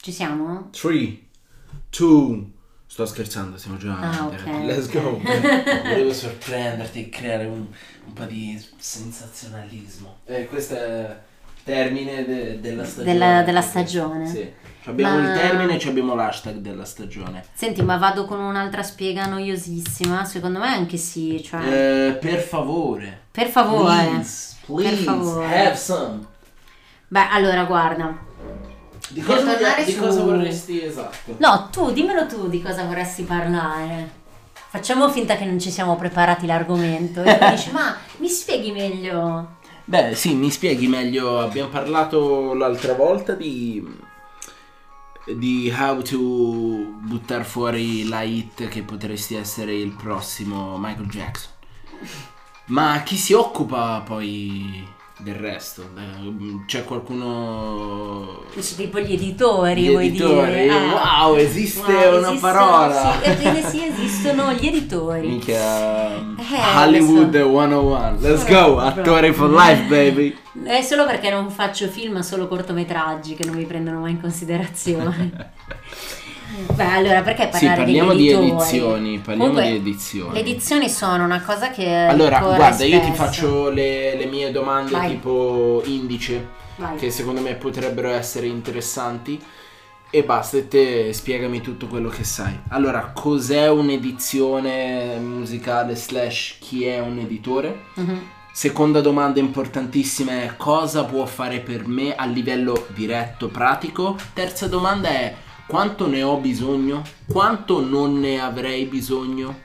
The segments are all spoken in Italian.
Ci siamo? 3, 2. Sto scherzando, siamo già ok. Let's go. Volevo sorprenderti e creare un po' di sensazionalismo. Questo è il termine della stagione. Della stagione. Sì. Abbiamo il termine e abbiamo l'hashtag della stagione. Senti, ma vado con un'altra spiega noiosissima? Secondo me anche sì, cioè... Per favore. Per favore. Please, Per favore. have some. Beh, allora, guarda. Di Per tornare cosa su- vorresti, esatto? No, dimmelo tu di cosa vorresti parlare. Facciamo finta che non ci siamo preparati l'argomento. E tu dici, ma mi spieghi meglio? Beh, sì, mi spieghi meglio. Abbiamo parlato l'altra volta di how to buttare fuori la hit che potresti essere il prossimo Michael Jackson. Ma chi si occupa poi del resto? C'è qualcuno... Tipo gli editori, Gli vuoi editori? dire? Ah. Wow, esiste Wow, una esistono- parola. Sì, ebbene sì, esistono gli editori. Minchia, lo Hollywood so. 101. Let's go, attore for life, baby. È solo perché non faccio film, ma solo cortometraggi che non mi prendono mai in considerazione. Beh, allora perché Sì, parlare degli parliamo di editori? edizioni. Comunque, di edizioni. Le edizioni sono una cosa che Allora, ricorre guarda, io ti spesso. faccio le mie domande Vai. tipo indice, Vai. che secondo me potrebbero essere interessanti. E basta, e te spiegami tutto quello che sai. Allora, cos'è un'edizione musicale / chi è un editore? Mhm. Seconda domanda importantissima è cosa può fare per me a livello diretto, pratico. Terza domanda è quanto ne ho bisogno, quanto non ne avrei bisogno,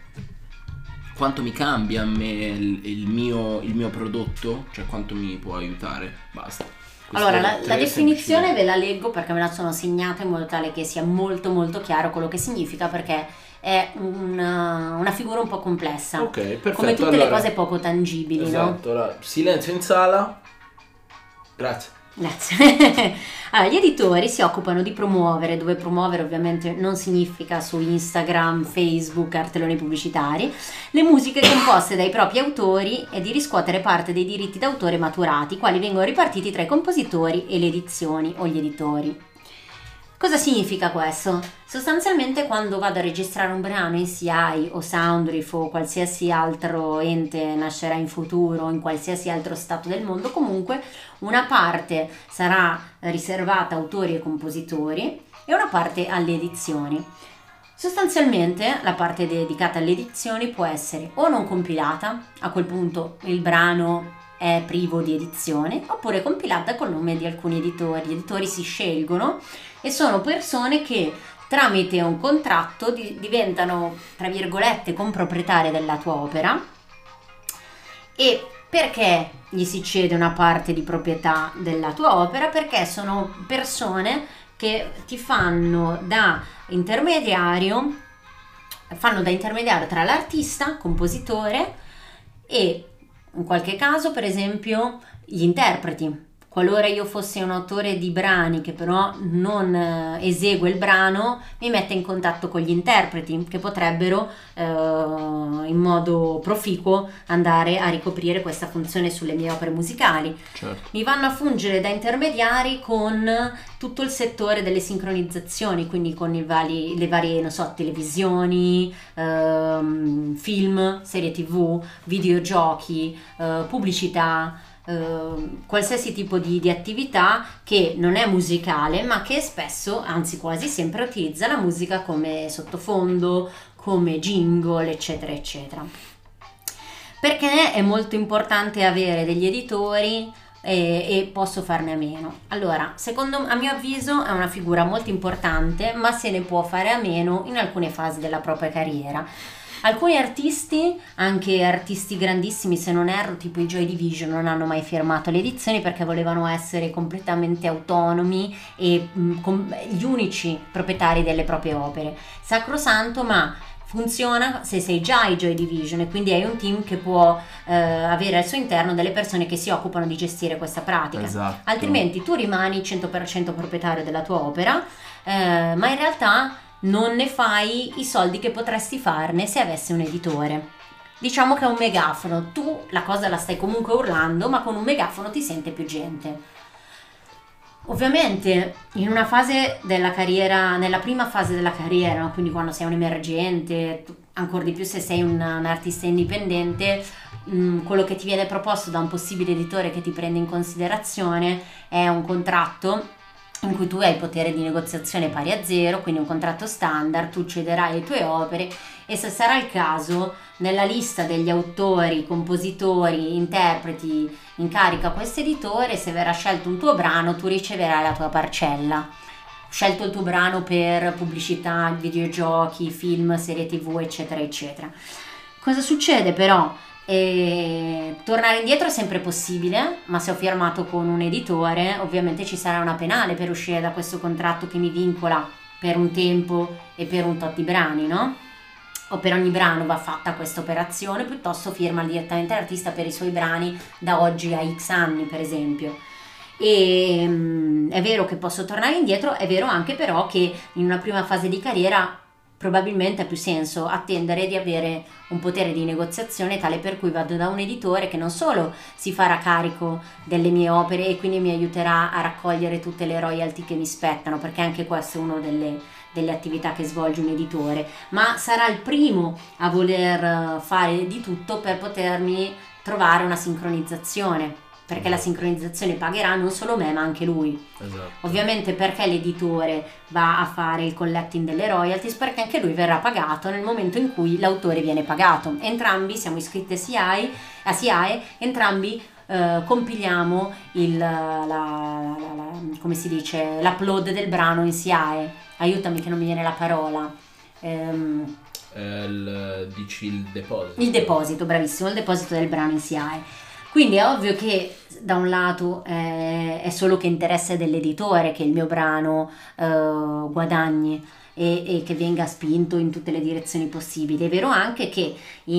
quanto mi cambia a me il mio prodotto, cioè quanto mi può aiutare. Basta. Queste Allora, la tre definizione semplicità. ve la leggo perché me la sono segnata in modo tale che sia molto molto chiaro quello che significa, perché è una figura un po' complessa. Ok, perfetto. Come tutte le allora, cose poco tangibili, no? esatto, allora, silenzio in sala. Grazie. Grazie. Allora, gli editori si occupano di promuovere, dove promuovere ovviamente non significa su Instagram, Facebook, cartelloni pubblicitari, le musiche composte dai propri autori e di riscuotere parte dei diritti d'autore maturati, i quali vengono ripartiti tra i compositori e le edizioni o gli editori. Cosa significa questo? Sostanzialmente quando vado a registrare un brano in CI o Soundriff o qualsiasi altro ente nascerà in futuro o in qualsiasi altro stato del mondo, comunque una parte sarà riservata a autori e compositori e una parte alle edizioni. Sostanzialmente la parte dedicata alle edizioni può essere o non compilata, a quel punto il brano è privo di edizione, oppure compilata col nome di alcuni editori. Gli editori si scelgono e sono persone che tramite un contratto diventano, tra virgolette, comproprietarie della tua opera. E perché gli si cede una parte di proprietà della tua opera? Perché sono persone che ti fanno da intermediario tra l'artista, compositore e in qualche caso, per esempio, gli interpreti. Qualora io fossi un autore di brani che però non esegue il brano, mi mette in contatto con gli interpreti che potrebbero in modo proficuo andare a ricoprire questa funzione sulle mie opere musicali. Certo. Mi vanno a fungere da intermediari con tutto il settore delle sincronizzazioni, quindi con le varie, non so, televisioni, film, serie TV, videogiochi, pubblicità, qualsiasi tipo di attività che non è musicale ma che spesso, anzi quasi sempre, utilizza la musica come sottofondo, come jingle, eccetera eccetera. Perché è molto importante avere degli editori e posso farne a meno? Allora, a mio avviso è una figura molto importante, ma se ne può fare a meno in alcune fasi della propria carriera. Alcuni artisti, anche artisti grandissimi se non erro, tipo i Joy Division, non hanno mai firmato le edizioni perché volevano essere completamente autonomi e gli unici proprietari delle proprie opere. Sacrosanto, ma funziona se sei già i Joy Division e quindi hai un team che può avere al suo interno delle persone che si occupano di gestire questa pratica. Esatto. Altrimenti tu rimani 100% proprietario della tua opera, ma in realtà non ne fai i soldi che potresti farne se avessi un editore. Diciamo che è un megafono, tu la cosa la stai comunque urlando, ma con un megafono ti sente più gente. Ovviamente in una fase della carriera, nella prima fase della carriera, no? Quindi quando sei un emergente, ancora di più se sei un artista indipendente, quello che ti viene proposto da un possibile editore che ti prende in considerazione è un contratto in cui tu hai il potere di negoziazione pari a zero, quindi un contratto standard, tu cederai le tue opere e se sarà il caso nella lista degli autori, compositori, interpreti in carica a questo editore, se verrà scelto un tuo brano tu riceverai la tua parcella. Scelto il tuo brano per pubblicità, videogiochi, film, serie tv eccetera eccetera. Cosa succede però? Tornare indietro è sempre possibile, ma se ho firmato con un editore ovviamente ci sarà una penale per uscire da questo contratto che mi vincola per un tempo e per un tot di brani, no? O per ogni brano va fatta questa operazione, piuttosto firma direttamente l'artista per i suoi brani da oggi a X anni per esempio. E è vero che posso tornare indietro, è vero anche però che in una prima fase di carriera probabilmente ha più senso attendere di avere un potere di negoziazione tale per cui vado da un editore che non solo si farà carico delle mie opere e quindi mi aiuterà a raccogliere tutte le royalty che mi spettano, perché anche questo è una delle attività che svolge un editore, ma sarà il primo a voler fare di tutto per potermi trovare una sincronizzazione, perché la sincronizzazione pagherà non solo me ma anche lui. Esatto. Ovviamente perché l'editore va a fare il collecting delle royalties, perché anche lui verrà pagato nel momento in cui l'autore viene pagato. Entrambi siamo iscritti a SIAE, entrambi compiliamo come si dice, l'upload del brano in SIAE. Aiutami che non mi viene la parola. Dici il deposito. Il deposito, bravissimo, il deposito del brano in SIAE. Quindi è ovvio che da un lato è solo che interesse dell'editore che il mio brano guadagni e che venga spinto in tutte le direzioni possibili. È vero anche che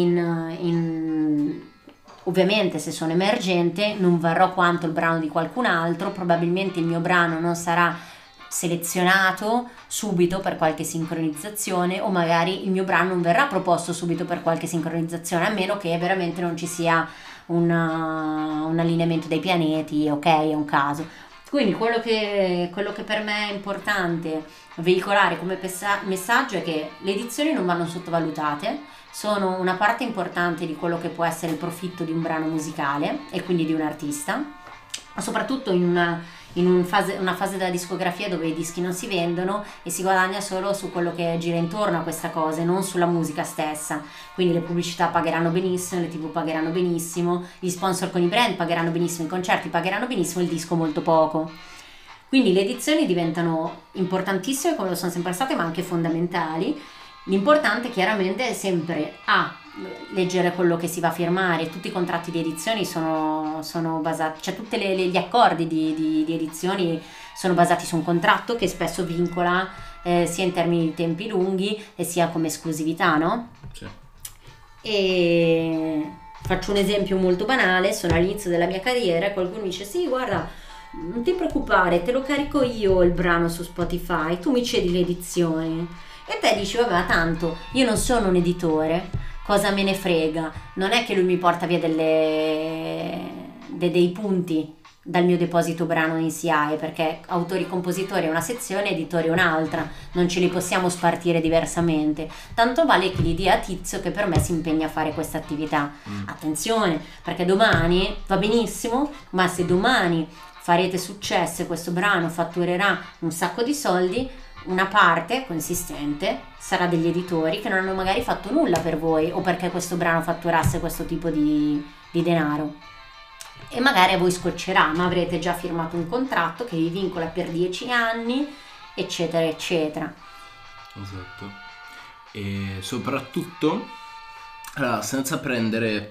ovviamente se sono emergente non varrò quanto il brano di qualcun altro, probabilmente il mio brano non sarà selezionato subito per qualche sincronizzazione o magari il mio brano non verrà proposto subito per qualche sincronizzazione, a meno che veramente non ci sia un allineamento dei pianeti, ok, è un caso. Quindi quello che per me è importante veicolare come messaggio è che le edizioni non vanno sottovalutate, sono una parte importante di quello che può essere il profitto di un brano musicale e quindi di un artista, ma soprattutto in una fase della discografia dove i dischi non si vendono e si guadagna solo su quello che gira intorno a questa cosa e non sulla musica stessa. Quindi le pubblicità pagheranno benissimo, le TV pagheranno benissimo, gli sponsor con i brand pagheranno benissimo, i concerti pagheranno benissimo, il disco molto poco. Quindi le edizioni diventano importantissime come lo sono sempre state, ma anche fondamentali. L'importante chiaramente è sempre leggere quello che si va a firmare. Tutti i contratti di edizioni sono basati, cioè tutti gli accordi di edizioni sono basati su un contratto che spesso vincola sia in termini di tempi lunghi e sia come esclusività, no? Sì. E faccio un esempio molto banale: sono all'inizio della mia carriera e qualcuno mi dice sì, guarda, non ti preoccupare, te lo carico io il brano su Spotify, tu mi cedi le edizioni. E te dici vabbè, ma tanto io non sono un editore, cosa me ne frega, non è che lui mi porta via dei punti dal mio deposito brano in SIAE, perché autori compositori è una sezione, editori è un'altra, non ce li possiamo spartire diversamente, tanto vale che li dia a Tizio che per me si impegna a fare questa attività. Attenzione, perché domani va benissimo, ma se domani farete successo e questo brano fatturerà un sacco di soldi, una parte consistente sarà degli editori che non hanno magari fatto nulla per voi o perché questo brano fatturasse questo tipo di denaro, e magari a voi scoccerà, ma avrete già firmato un contratto che vi vincola per 10 anni eccetera eccetera. Esatto. E soprattutto senza prendere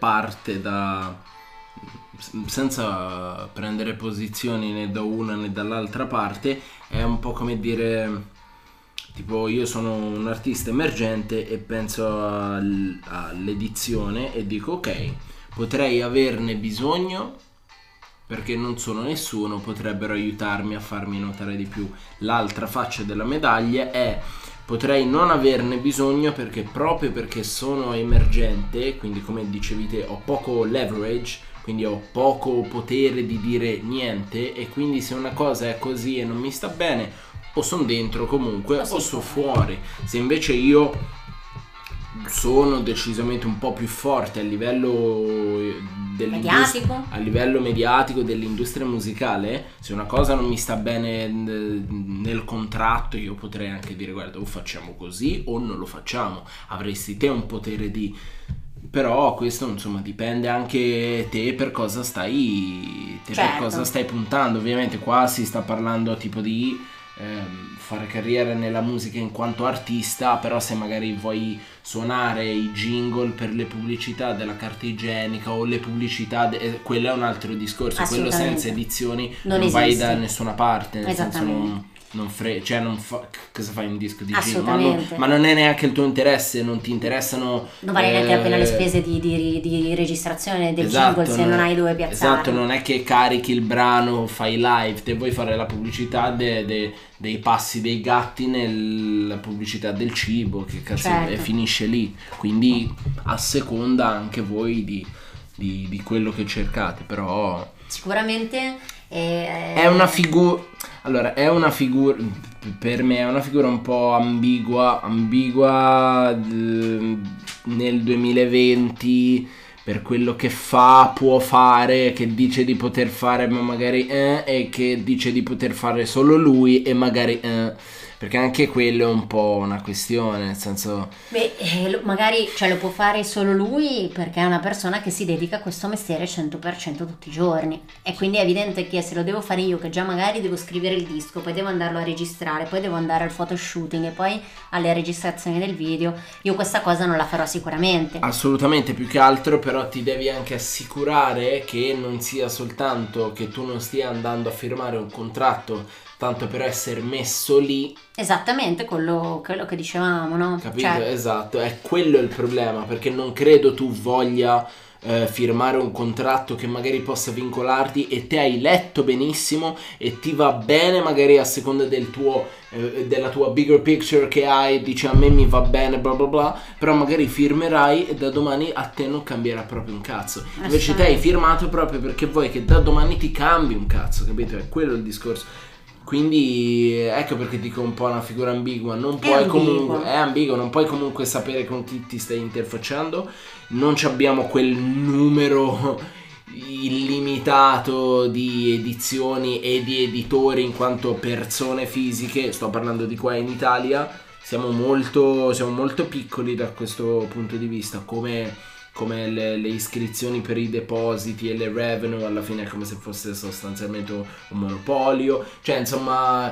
posizioni né da una né dall'altra parte, è un po' come dire, tipo, io sono un artista emergente e penso all'edizione e dico ok, potrei averne bisogno perché non sono nessuno, potrebbero aiutarmi a farmi notare di più. L'altra faccia della medaglia è potrei non averne bisogno perché proprio perché sono emergente, quindi come dicevi te ho poco leverage, quindi ho poco potere di dire niente, e quindi se una cosa è così e non mi sta bene, o sono dentro comunque o sono fuori. Se invece io sono decisamente un po' più forte a livello mediatico, a livello mediatico dell'industria musicale, se una cosa non mi sta bene nel contratto, io potrei anche dire guarda, o facciamo così o non lo facciamo. Avresti te un potere di... Però questo insomma dipende anche te per cosa stai per cosa stai puntando. Ovviamente qua si sta parlando tipo di fare carriera nella musica in quanto artista, però se magari vuoi suonare i jingle per le pubblicità della carta igienica o le pubblicità quello è un altro discorso. Quello senza edizioni non vai da nessuna parte, nel senso cosa fai un disco di jingle? Ma non è neanche il tuo interesse, non ti interessano, non vale neanche appena le spese di registrazione del jingle se non hai dove piazzare. Esatto, non è che carichi il brano, fai live, te vuoi fare la pubblicità dei passi dei gatti nella pubblicità del cibo, che cazzo, e finisce lì. Quindi a seconda anche voi di quello che cercate, però sicuramente è una figura. Allora, per me è una figura un po' ambigua nel 2020 per quello che può fare, che dice di poter fare ma magari e che dice di poter fare solo lui e magari perché anche quello è un po' una questione, nel senso magari lo può fare solo lui perché è una persona che si dedica a questo mestiere 100% tutti i giorni, e quindi è evidente che se lo devo fare io, che già magari devo scrivere il disco, poi devo andarlo a registrare, poi devo andare al photoshooting e poi alle registrazioni del video, io questa cosa non la farò sicuramente. Assolutamente, più che altro però ti devi anche assicurare che non sia soltanto che tu non stia andando a firmare un contratto tanto per essere messo lì. Esattamente quello che dicevamo, no? Capito? Esatto, è quello il problema, perché non credo tu voglia firmare un contratto che magari possa vincolarti e te hai letto benissimo e ti va bene magari a seconda del tuo della tua bigger picture che hai, dici a me mi va bene bla bla bla, però magari firmerai e da domani a te non cambierà proprio un cazzo. Invece te hai firmato proprio perché vuoi che da domani ti cambi un cazzo, capito? È quello il discorso. Quindi ecco perché dico un po' una figura ambigua, è ambiguo, non puoi comunque sapere con chi ti stai interfacciando, non abbiamo quel numero illimitato di edizioni e di editori in quanto persone fisiche, sto parlando di qua in Italia, siamo molto piccoli da questo punto di vista, come le iscrizioni per i depositi e le revenue alla fine è come se fosse sostanzialmente un monopolio, cioè insomma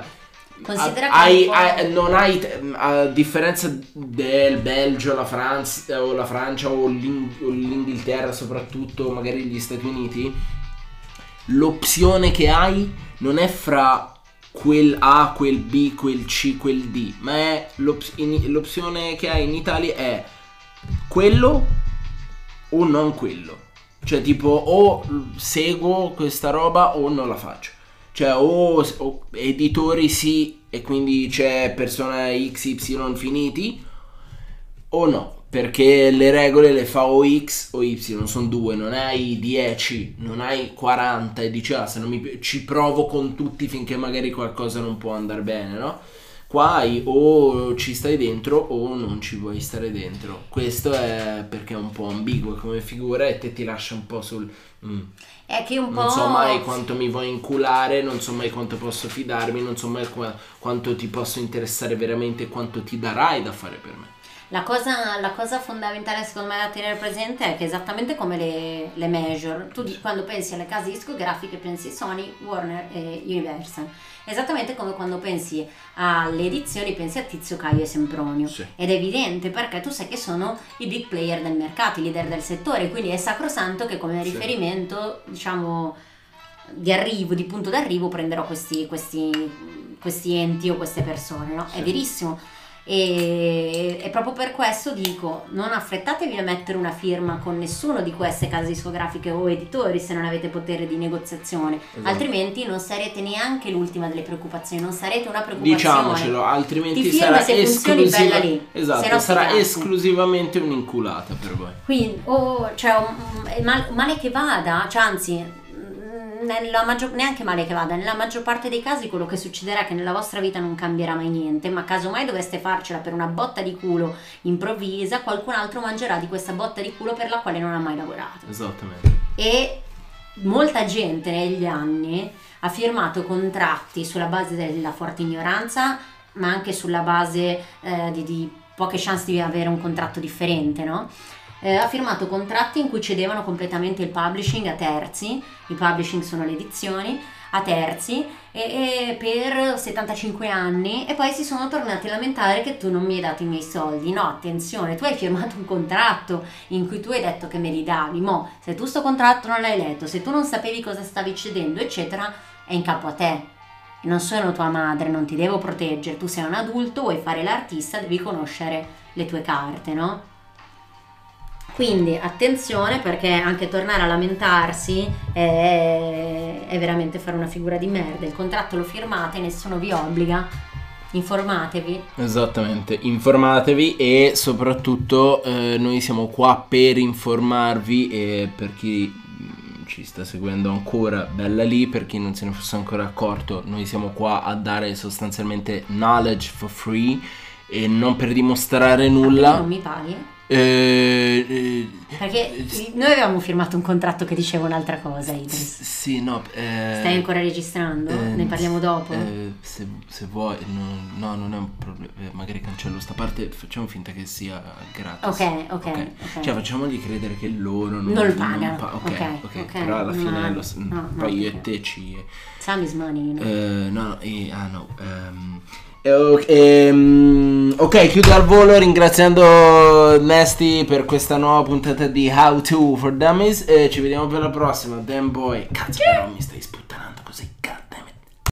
non hai a differenza del Belgio, la Francia o l'Inghilterra, soprattutto magari gli Stati Uniti, l'opzione che hai non è fra quel A, quel B, quel C, quel D, ma è l'opzione che hai in Italia è quello o non quello, cioè tipo o seguo questa roba o non la faccio, cioè o editori sì e quindi c'è persona XY finiti o no, perché le regole le fa o X o Y, sono due, non hai 10, non hai 40 e dici se non ci provo con tutti finché magari qualcosa non può andare bene, no? Qua hai o ci stai dentro o non ci vuoi stare dentro. Questo è perché è un po' ambiguo come figura e te ti lascia un po' sul è che un po'... non so mai quanto mi vuoi inculare, non so mai quanto posso fidarmi, non so mai quanto ti posso interessare veramente e quanto ti darai da fare per me. La cosa fondamentale secondo me da tenere presente è che esattamente come le major, tu quando pensi alle case discografiche pensi Sony, Warner e Universal, esattamente come quando pensi alle edizioni pensi a Tizio, Caio e Sempronio, sì. Ed è evidente perché tu sai che sono i big player del mercato, i leader del settore, quindi è sacrosanto che come riferimento, diciamo, di punto d'arrivo prenderò questi enti o queste persone, no? Sì. È verissimo. E proprio per questo dico, non affrettatevi a mettere una firma con nessuno di queste case discografiche o editori se non avete potere di negoziazione, altrimenti non sarete neanche l'ultima delle preoccupazioni, non sarete una preoccupazione. Diciamocelo, altrimenti Ti firmi sarà se funzioni, bella lì. Esatto, Se no sarà sti cazzi. esclusivamente un'inculata per voi. Quindi, male che vada, cioè anzi, neanche male che vada, nella maggior parte dei casi quello che succederà è che nella vostra vita non cambierà mai niente, ma casomai doveste farcela per una botta di culo improvvisa, qualcun altro mangerà di questa botta di culo per la quale non ha mai lavorato. Esattamente. E molta gente negli anni ha firmato contratti sulla base della forte ignoranza, ma anche sulla base di poche chance di avere un contratto differente, no? Ha firmato contratti in cui cedevano completamente il publishing a terzi, il publishing sono le edizioni, a terzi, e per 75 anni, e poi si sono tornati a lamentare che tu non mi hai dato i miei soldi. No, attenzione, tu hai firmato un contratto in cui tu hai detto che me li davi, se tu sto contratto non l'hai letto, se tu non sapevi cosa stavi cedendo eccetera, è in capo a te. Non sono tua madre, non ti devo proteggere, tu sei un adulto, vuoi fare l'artista, devi conoscere le tue carte, no? Quindi attenzione, perché anche tornare a lamentarsi è veramente fare una figura di merda. Il contratto lo firmate, nessuno vi obbliga, informatevi. Esattamente, informatevi e soprattutto noi siamo qua per informarvi, e per chi ci sta seguendo ancora, bella lì, per chi non se ne fosse ancora accorto, noi siamo qua a dare sostanzialmente knowledge for free e non per dimostrare nulla. Non mi paghi? Perché noi avevamo firmato un contratto che diceva un'altra cosa, Idris. Sì, no. Stai ancora registrando? Ne parliamo dopo? Se vuoi, no, non è un problema. Magari cancello sta parte, facciamo finta che sia gratis. Ok. Cioè, facciamogli credere che loro non lo pagano. Ok. Però alla fine poi io e te ci. Time is money, no? Ok, chiudo al volo ringraziando Nasty per questa nuova puntata di How To for Dummies, e ci vediamo per la prossima. Damn boy, cazzo, però mi stai